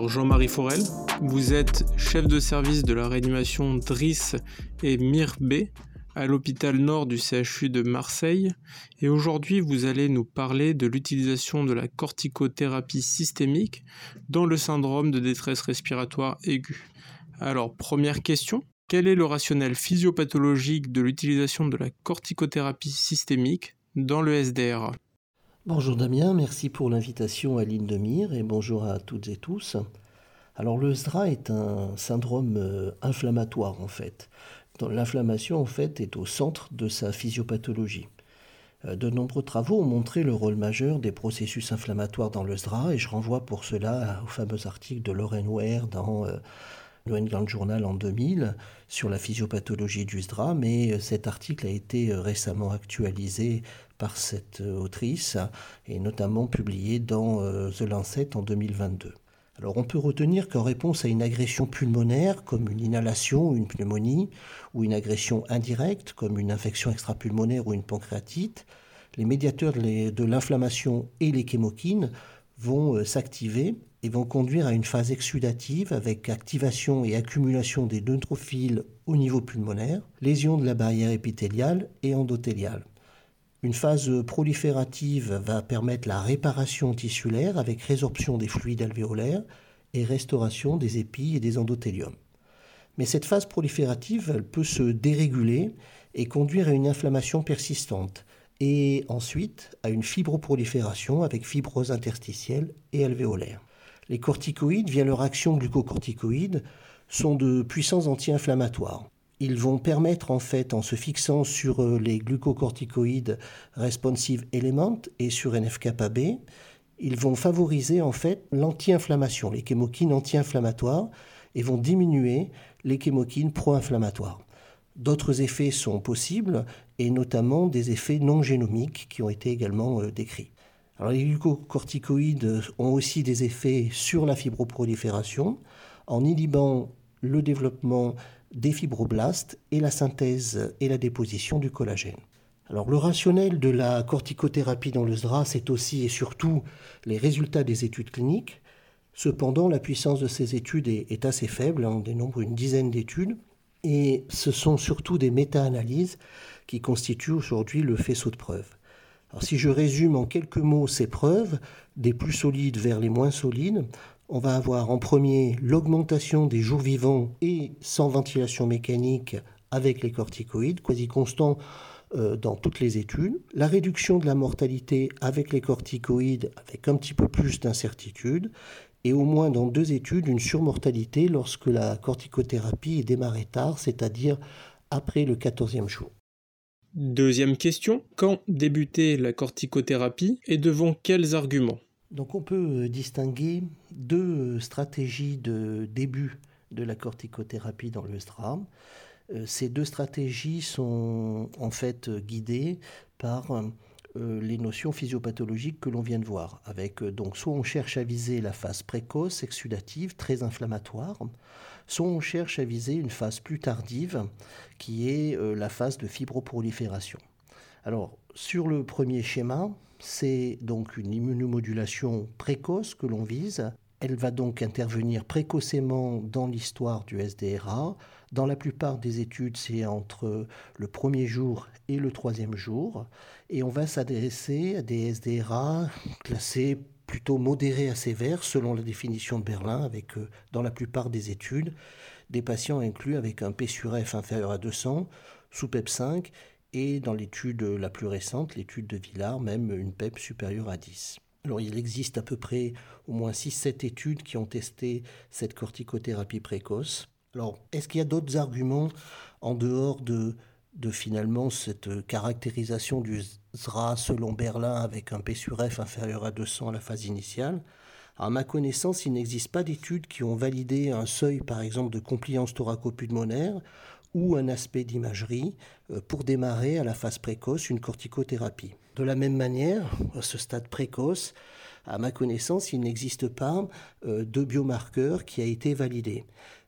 docteur Jean-Marie Forel. Vous êtes chef de service de la réanimation DRIS et MIR-B à l'hôpital Nord du CHU de Marseille. Et aujourd'hui, vous allez nous parler de l'utilisation de la corticothérapie systémique dans le syndrome de détresse respiratoire aiguë. Alors, première question, quel est le rationnel physiopathologique de l'utilisation de la corticothérapie systémique dans le SDRA ? Bonjour Damien, merci pour l'invitation à Ligne de Mire et bonjour à toutes et tous. Alors le SDRA est un syndrome inflammatoire en fait. L'inflammation en fait est au centre de sa physiopathologie. De nombreux travaux ont montré le rôle majeur des processus inflammatoires dans le SDRA et je renvoie pour cela au fameux article de Lauren Ware dans New England Journal en 2000 sur la physiopathologie du SDRA, mais cet article a été récemment actualisé par cette autrice et notamment publié dans The Lancet en 2022. Alors on peut retenir qu'en réponse à une agression pulmonaire comme une inhalation ou une pneumonie ou une agression indirecte comme une infection extrapulmonaire ou une pancréatite, les médiateurs de l'inflammation et les chémokines vont s'activer et vont conduire à une phase exsudative avec activation et accumulation des neutrophiles au niveau pulmonaire, lésion de la barrière épithéliale et endothéliale. Une phase proliférative va permettre la réparation tissulaire avec résorption des fluides alvéolaires et restauration des épis et des endothéliums. Mais cette phase proliférative, elle peut se déréguler et conduire à une inflammation persistante et ensuite à une fibroprolifération avec fibrose interstitielle et alvéolaire. Les corticoïdes, via leur action glucocorticoïde, sont de puissants anti-inflammatoires. Ils vont permettre en fait, en se fixant sur les glucocorticoïdes responsive element et sur NF-κB, ils vont favoriser en fait l'anti-inflammation, les chémokines anti-inflammatoires, et vont diminuer les chémokines pro-inflammatoires. D'autres effets sont possibles, et notamment des effets non génomiques qui ont été également décrits. Alors, les glucocorticoïdes ont aussi des effets sur la fibroprolifération, en inhibant le développement des fibroblastes et la synthèse et la déposition du collagène. Alors, le rationnel de la corticothérapie dans le SDRA, c'est aussi et surtout les résultats des études cliniques. Cependant, la puissance de ces études est assez faible, on dénombre une dizaine d'études, et ce sont surtout des méta-analyses qui constituent aujourd'hui le faisceau de preuves. Alors, si je résume en quelques mots ces preuves, des plus solides vers les moins solides, on va avoir en premier l'augmentation des jours vivants et sans ventilation mécanique avec les corticoïdes, quasi constant dans toutes les études, la réduction de la mortalité avec les corticoïdes avec un petit peu plus d'incertitude, et au moins dans 2 études, une surmortalité lorsque la corticothérapie est démarrée tard, c'est-à-dire après le 14e jour. Deuxième question, quand débuter la corticothérapie et devant quels arguments ? Donc on peut distinguer 2 stratégies de début de la corticothérapie dans le SDRA. Ces 2 stratégies sont en fait guidées par les notions physiopathologiques que l'on vient de voir. Avec donc soit on cherche à viser la phase précoce, exsudative, très inflammatoire, soit on cherche à viser une phase plus tardive qui est la phase de fibroprolifération. Alors, sur le premier schéma, c'est donc une immunomodulation précoce que l'on vise. Elle va donc intervenir précocement dans l'histoire du SDRA. Dans la plupart des études, c'est entre le premier jour et le 3e jour. Et on va s'adresser à des SDRA classés plutôt modérés à sévères, selon la définition de Berlin, avec, dans la plupart des études, des patients inclus avec un P sur F inférieur à 200, sous PEP5, et dans l'étude la plus récente, l'étude de Villard, même une PEP supérieure à 10. Alors il existe à peu près au moins 6-7 études qui ont testé cette corticothérapie précoce. Alors est-ce qu'il y a d'autres arguments en dehors de finalement cette caractérisation du SDRA selon Berlin avec un P sur F inférieur à 200 à la phase initiale ? À ma connaissance, il n'existe pas d'études qui ont validé un seuil par exemple de compliance thoraco-pulmonaire ou un aspect d'imagerie pour démarrer à la phase précoce une corticothérapie. De la même manière, à ce stade précoce, à ma connaissance, il n'existe pas de biomarqueur qui a été validé.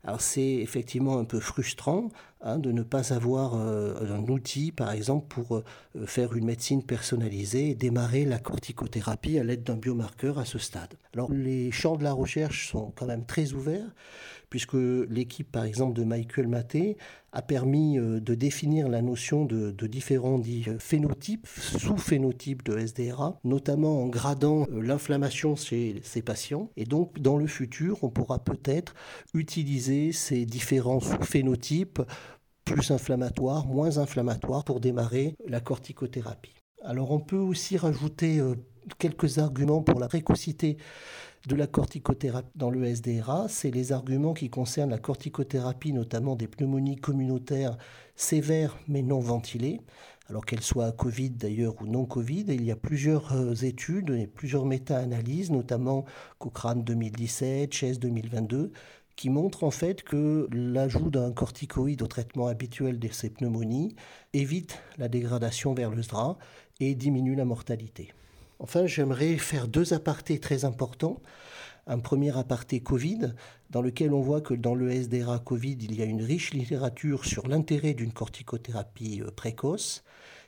Alors c'est effectivement un peu frustrant de ne pas avoir un outil, par exemple, pour faire une médecine personnalisée et démarrer la corticothérapie à l'aide d'un biomarqueur à ce stade. Alors les champs de la recherche sont quand même très ouverts, puisque l'équipe, par exemple, de Michael Maté a permis de définir la notion de différents phénotypes, sous-phénotypes de SDRA, notamment en gradant l'inflammation chez ces patients. Et donc, dans le futur, on pourra peut-être utiliser ces différents sous-phénotypes, plus inflammatoires, moins inflammatoires, pour démarrer la corticothérapie. Alors, on peut aussi rajouter quelques arguments pour la précocité de la corticothérapie dans le SDRA. C'est les arguments qui concernent la corticothérapie, notamment des pneumonies communautaires sévères mais non ventilées, alors qu'elles soient Covid d'ailleurs ou non Covid. Et il y a plusieurs études et plusieurs méta-analyses, notamment Cochrane 2017, Chase 2022, qui montrent en fait que l'ajout d'un corticoïde au traitement habituel de ces pneumonies évite la dégradation vers le SDRA et diminue la mortalité. Enfin, j'aimerais faire deux apartés très importants. Un premier aparté Covid, dans lequel on voit que dans le SDRA Covid, il y a une riche littérature sur l'intérêt d'une corticothérapie précoce.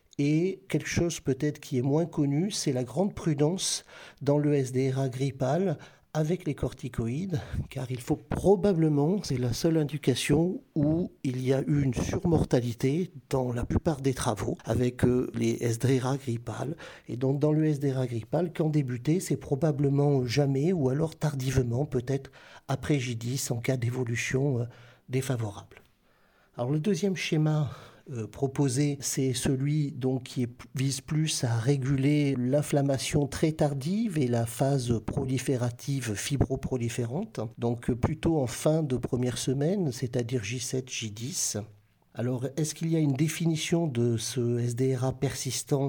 Et quelque chose peut-être qui est moins connu, c'est la grande prudence dans le SDRA grippal avec les corticoïdes, car il faut probablement, c'est la seule indication où il y a eu une surmortalité dans la plupart des travaux avec les SDRA grippal. Et donc dans le SDRA grippal, quand débuter, c'est probablement jamais ou alors tardivement, peut-être après J10 en cas d'évolution défavorable. Alors le deuxième schéma proposé, c'est celui donc qui vise plus à réguler l'inflammation très tardive et la phase proliférative fibroproliférante, donc plutôt en fin de première semaine, c'est-à-dire J7, J10. Alors, est-ce qu'il y a une définition de ce SDRA persistant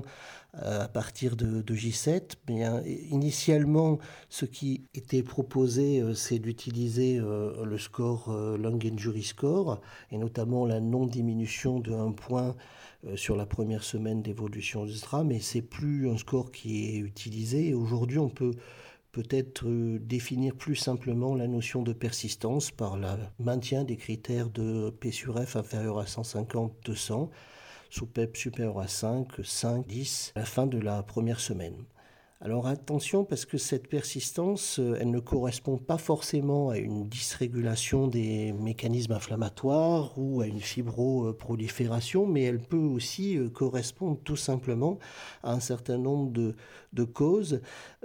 à partir de J7 ? Bien, initialement, ce qui était proposé, c'est d'utiliser le score Lung Injury Score, et notamment la non-diminution de 1 point sur la première semaine d'évolution du SDRA, mais c'est plus un score qui est utilisé. Et aujourd'hui, on peut-être définir plus simplement la notion de persistance par le maintien des critères de P sur F inférieur à 150-200, sous PEP supérieur à 5, 5, 10, à la fin de la première semaine. Alors attention, parce que cette persistance, elle ne correspond pas forcément à une dysrégulation des mécanismes inflammatoires ou à une fibroprolifération, mais elle peut aussi correspondre tout simplement à un certain nombre de causes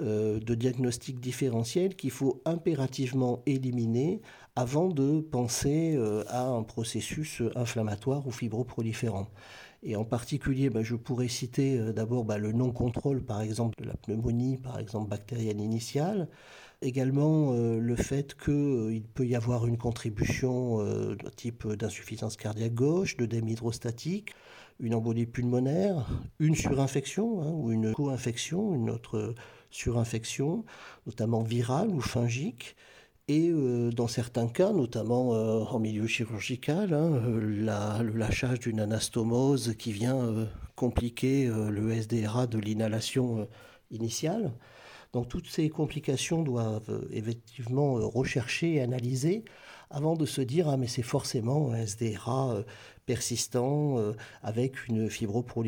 de diagnostic différentiel qu'il faut impérativement éliminer avant de penser à un processus inflammatoire ou fibroproliférant. Et en particulier, je pourrais citer d'abord le non-contrôle, par exemple, de la pneumonie, par exemple, bactérienne initiale. Également, le fait qu'il peut y avoir une contribution de type d'insuffisance cardiaque gauche, d'œdème hydrostatique, une embolie pulmonaire, une surinfection ou une co-infection, une autre surinfection, notamment virale ou fungique. Et dans certains cas, notamment en milieu chirurgical, le lâchage d'une anastomose qui vient compliquer le SDRA de l'inhalation initiale. Donc toutes ces complications doivent effectivement rechercher et analyser avant de se dire « Ah mais c'est forcément un SDRA persistant avec une fibroprolifération ».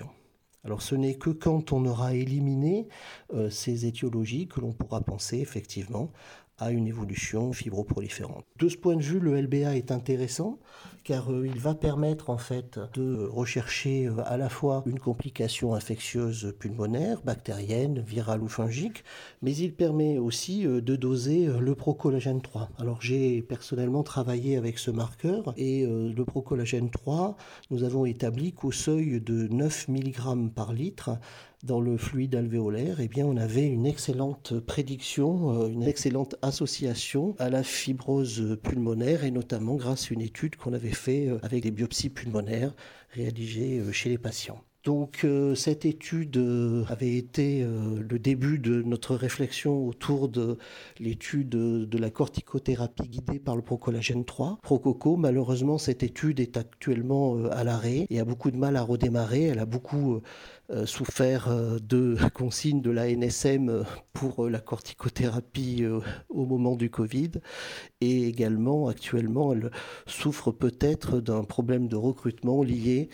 Alors ce n'est que quand on aura éliminé ces étiologies que l'on pourra penser effectivement à une évolution fibroproliférante. De ce point de vue, le LBA est intéressant car il va permettre en fait de rechercher à la fois une complication infectieuse pulmonaire, bactérienne, virale ou fungique, mais il permet aussi de doser le procollagène 3. Alors j'ai personnellement travaillé avec ce marqueur et le procollagène 3, nous avons établi qu'au seuil de 9 mg par litre, dans le fluide alvéolaire, on avait une excellente prédiction, une excellente association à la fibrose pulmonaire et notamment grâce à une étude qu'on avait fait avec des biopsies pulmonaires réalisées chez les patients. Donc cette étude avait été le début de notre réflexion autour de l'étude de la corticothérapie guidée par le procollagène 3, Prococo. Malheureusement, cette étude est actuellement à l'arrêt et a beaucoup de mal à redémarrer. Elle a beaucoup souffert de consignes de la NSM pour la corticothérapie au moment du Covid. Et également, actuellement, elle souffre peut-être d'un problème de recrutement lié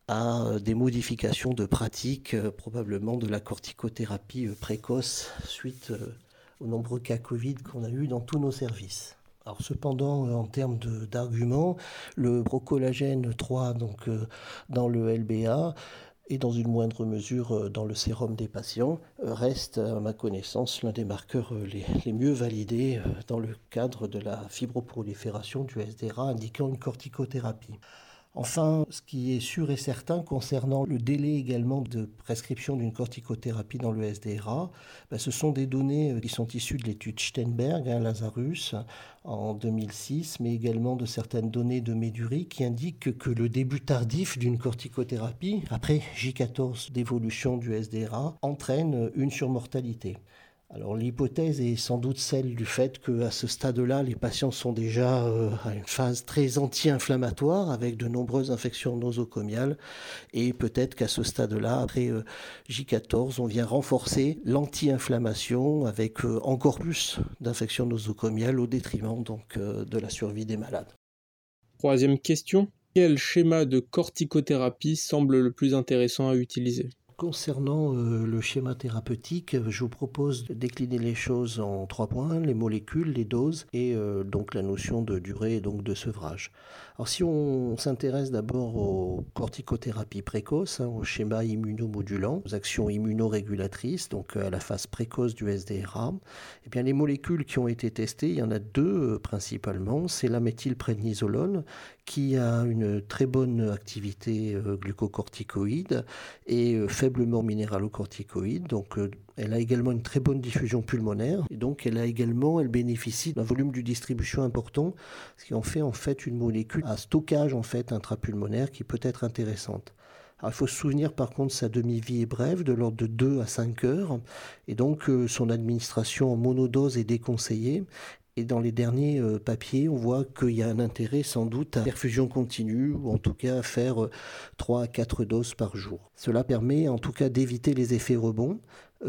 à des modifications de pratique, probablement de la corticothérapie précoce suite aux nombreux cas Covid qu'on a eu dans tous nos services. Alors cependant, en termes d'arguments, le procollagène 3 dans le LBA et dans une moindre mesure dans le sérum des patients, reste à ma connaissance l'un des marqueurs les mieux validés dans le cadre de la fibroprolifération du SDRA indiquant une corticothérapie. Enfin, ce qui est sûr et certain concernant le délai également de prescription d'une corticothérapie dans le SDRA, ce sont des données qui sont issues de l'étude Steinberg, Lazarus, en 2006, mais également de certaines données de Meduri qui indiquent que le début tardif d'une corticothérapie, après J14 d'évolution du SDRA, entraîne une surmortalité. Alors l'hypothèse est sans doute celle du fait qu'à ce stade-là, les patients sont déjà à une phase très anti-inflammatoire avec de nombreuses infections nosocomiales et peut-être qu'à ce stade-là, après J14, on vient renforcer l'anti-inflammation avec encore plus d'infections nosocomiales au détriment de la survie des malades. Troisième question, quel schéma de corticothérapie semble le plus intéressant à utiliser ? Concernant le schéma thérapeutique, je vous propose de décliner les choses en 3 points, les molécules, les doses et donc la notion de durée et donc de sevrage. Alors si on s'intéresse d'abord aux corticothérapies précoces, au schéma immunomodulant, aux actions immunorégulatrices, donc à la phase précoce du SDRA, eh bien les molécules qui ont été testées, il y en a 2 principalement, c'est la méthylprednisolone qui a une très bonne activité glucocorticoïde et faiblement minéralocorticoïde, donc elle a également une très bonne diffusion pulmonaire et donc elle bénéficie d'un volume de distribution important, ce qui en fait une molécule à stockage intrapulmonaire qui peut être intéressante. Alors, il faut se souvenir par contre sa demi-vie est brève, de l'ordre de 2 à 5 heures, et donc son administration en monodose est déconseillée. Et dans les derniers papiers, on voit qu'il y a un intérêt sans doute à perfusion continue, ou en tout cas à faire 3 à 4 doses par jour. Cela permet en tout cas d'éviter les effets rebonds,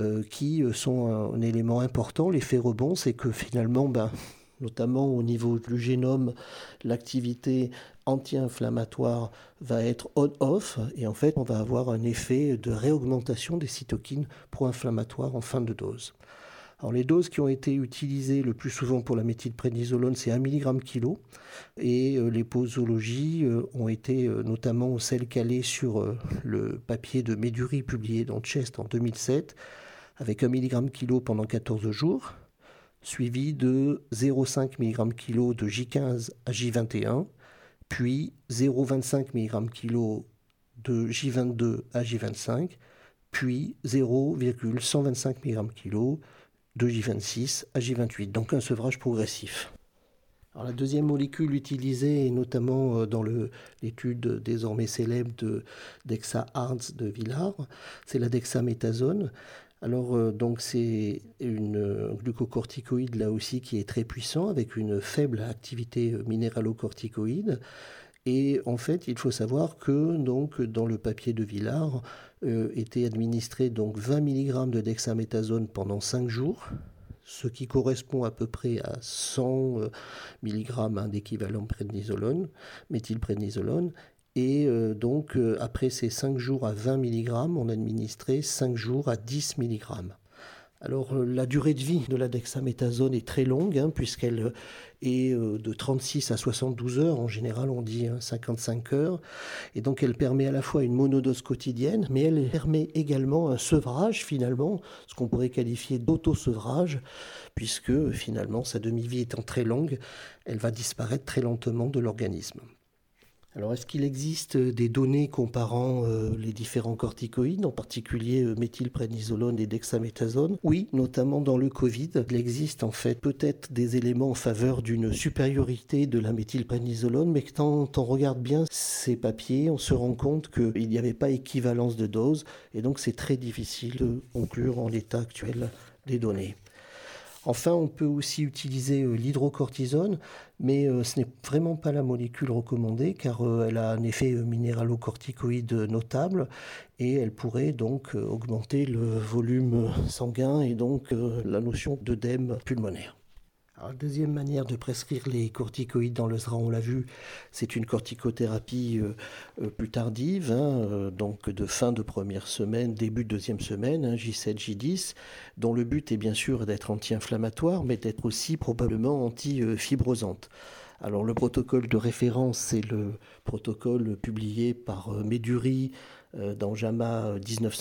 qui sont un élément important. L'effet rebond, c'est que finalement, notamment au niveau du génome, l'activité anti-inflammatoire va être on-off, et en fait, on va avoir un effet de réaugmentation des cytokines pro-inflammatoires en fin de dose. Alors, les doses qui ont été utilisées le plus souvent pour la méthylprednisolone, c'est 1 mg kg. Et les posologies ont été notamment celles calées sur le papier de Meduri publié dans Chest en 2007, avec 1 mg kg pendant 14 jours, suivi de 0,5 mg kg de J15 à J21, puis 0,25 mg kg de J22 à J25, puis 0,125 mg kg de J26 à J28, donc un sevrage progressif. Alors, la deuxième molécule utilisée, et notamment dans l'étude désormais célèbre d'Exa-Hartz de Villars, c'est la dexaméthasone. Alors, donc c'est une glucocorticoïde là aussi qui est très puissant avec une faible activité minéralocorticoïde. Et en fait, il faut savoir que donc, dans le papier de Villars, était administré donc 20 mg de dexaméthasone pendant 5 jours, ce qui correspond à peu près à 100 mg d'équivalent méthylprednisolone. Et donc, après ces 5 jours à 20 mg, on administrait 5 jours à 10 mg. Alors, la durée de vie de la dexaméthasone est très longue, puisqu'elle est de 36 à 72 heures. En général, on dit 55 heures. Et donc, elle permet à la fois une monodose quotidienne, mais elle permet également un sevrage, finalement, ce qu'on pourrait qualifier d'auto-sevrage, puisque, finalement, sa demi-vie étant très longue, elle va disparaître très lentement de l'organisme. Alors, est-ce qu'il existe des données comparant les différents corticoïdes, en particulier méthylprednisolone et dexaméthasone? Oui, notamment dans le Covid. Il existe en fait peut-être des éléments en faveur d'une supériorité de la méthylprednisolone, mais quand on regarde bien ces papiers, on se rend compte qu'il n'y avait pas équivalence de dose, et donc c'est très difficile de conclure en l'état actuel des données. Enfin, on peut aussi utiliser l'hydrocortisone, mais ce n'est vraiment pas la molécule recommandée car elle a un effet minéralocorticoïde notable et elle pourrait donc augmenter le volume sanguin et donc la notion d'œdème pulmonaire. Alors, la deuxième manière de prescrire les corticoïdes dans le SRA, on l'a vu, c'est une corticothérapie plus tardive, donc de fin de première semaine, début de deuxième semaine, J7, J10, dont le but est bien sûr d'être anti-inflammatoire, mais d'être aussi probablement anti-fibrosante. Alors le protocole de référence, c'est le protocole publié par Meduri dans JAMA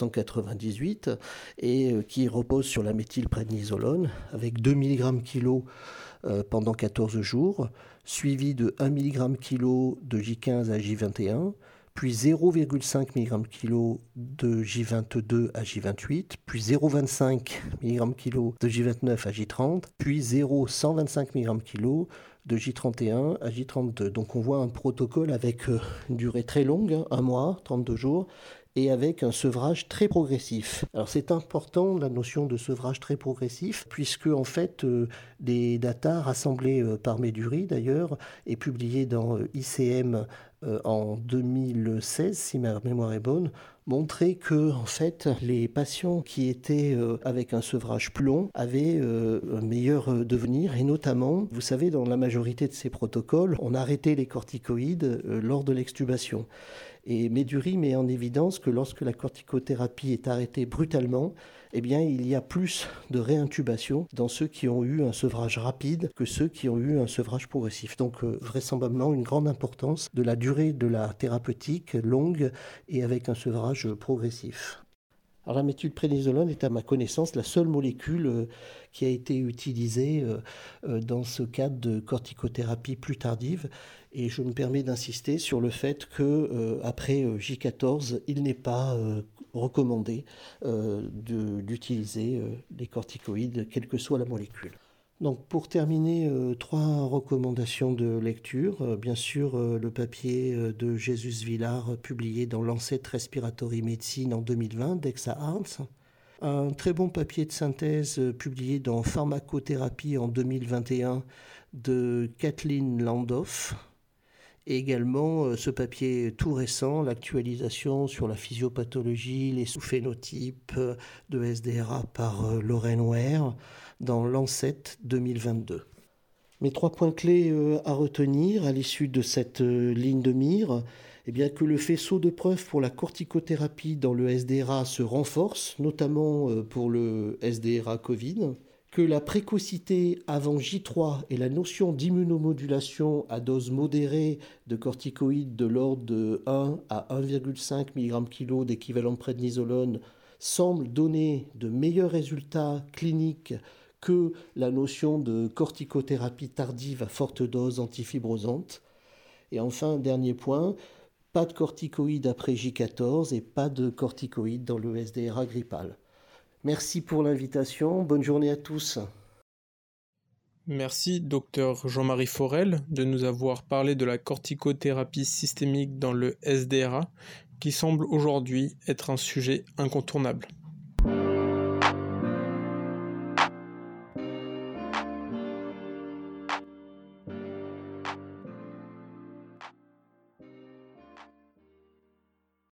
1998 et qui repose sur la méthylprednisolone avec 2 mg kg pendant 14 jours, suivi de 1 mg kg de J15 à J21, puis 0,5 mg kg de J22 à J28, puis 0,25 mg kg de J29 à J30, puis 0,125 mg kg de J31 à J32. Donc on voit un protocole avec une durée très longue, 1 mois, 32 jours, et avec un sevrage très progressif. Alors c'est important la notion de sevrage très progressif, puisque en fait des data rassemblés par Meduri d'ailleurs et publiés dans ICM en 2016, si ma mémoire est bonne, montraient que en fait les patients qui étaient avec un sevrage plus long avaient un meilleur devenir, et notamment, vous savez, dans la majorité de ces protocoles, on arrêtait les corticoïdes lors de l'extubation. Et Meduri met en évidence que lorsque la corticothérapie est arrêtée brutalement, eh bien, il y a plus de réintubation dans ceux qui ont eu un sevrage rapide que ceux qui ont eu un sevrage progressif. Donc, vraisemblablement, une grande importance de la durée de la thérapeutique longue et avec un sevrage progressif. Alors, la méthylprednisolone est à ma connaissance la seule molécule qui a été utilisée dans ce cadre de corticothérapie plus tardive, et je me permets d'insister sur le fait qu'après J14, il n'est pas recommandé d'utiliser les corticoïdes, quelle que soit la molécule. Donc pour terminer, 3 recommandations de lecture. Bien sûr, le papier de Jesus Villar publié dans Lancet Respiratory Medicine en 2020 d'Exa Arns. Un très bon papier de synthèse publié dans Pharmacothérapie en 2021 de Kathleen Landhoff. Et également ce papier tout récent, l'actualisation sur la physiopathologie, les sous-phénotypes de SDRA par Lorraine Ware dans Lancet 2022. Mes 3 points clés à retenir à l'issue de cette ligne de mire, eh bien que le faisceau de preuves pour la corticothérapie dans le SDRA se renforce, notamment pour le SDRA Covid, que la précocité avant J3 et la notion d'immunomodulation à dose modérée de corticoïdes de l'ordre de 1 à 1,5 mg kg d'équivalent de prednisolone semblent donner de meilleurs résultats cliniques que la notion de corticothérapie tardive à forte dose antifibrosante. Et enfin, dernier point, pas de corticoïdes après J14 et pas de corticoïdes dans le SDRA grippal. Merci pour l'invitation, bonne journée à tous. Merci Dr Jean-Marie Forel de nous avoir parlé de la corticothérapie systémique dans le SDRA, qui semble aujourd'hui être un sujet incontournable.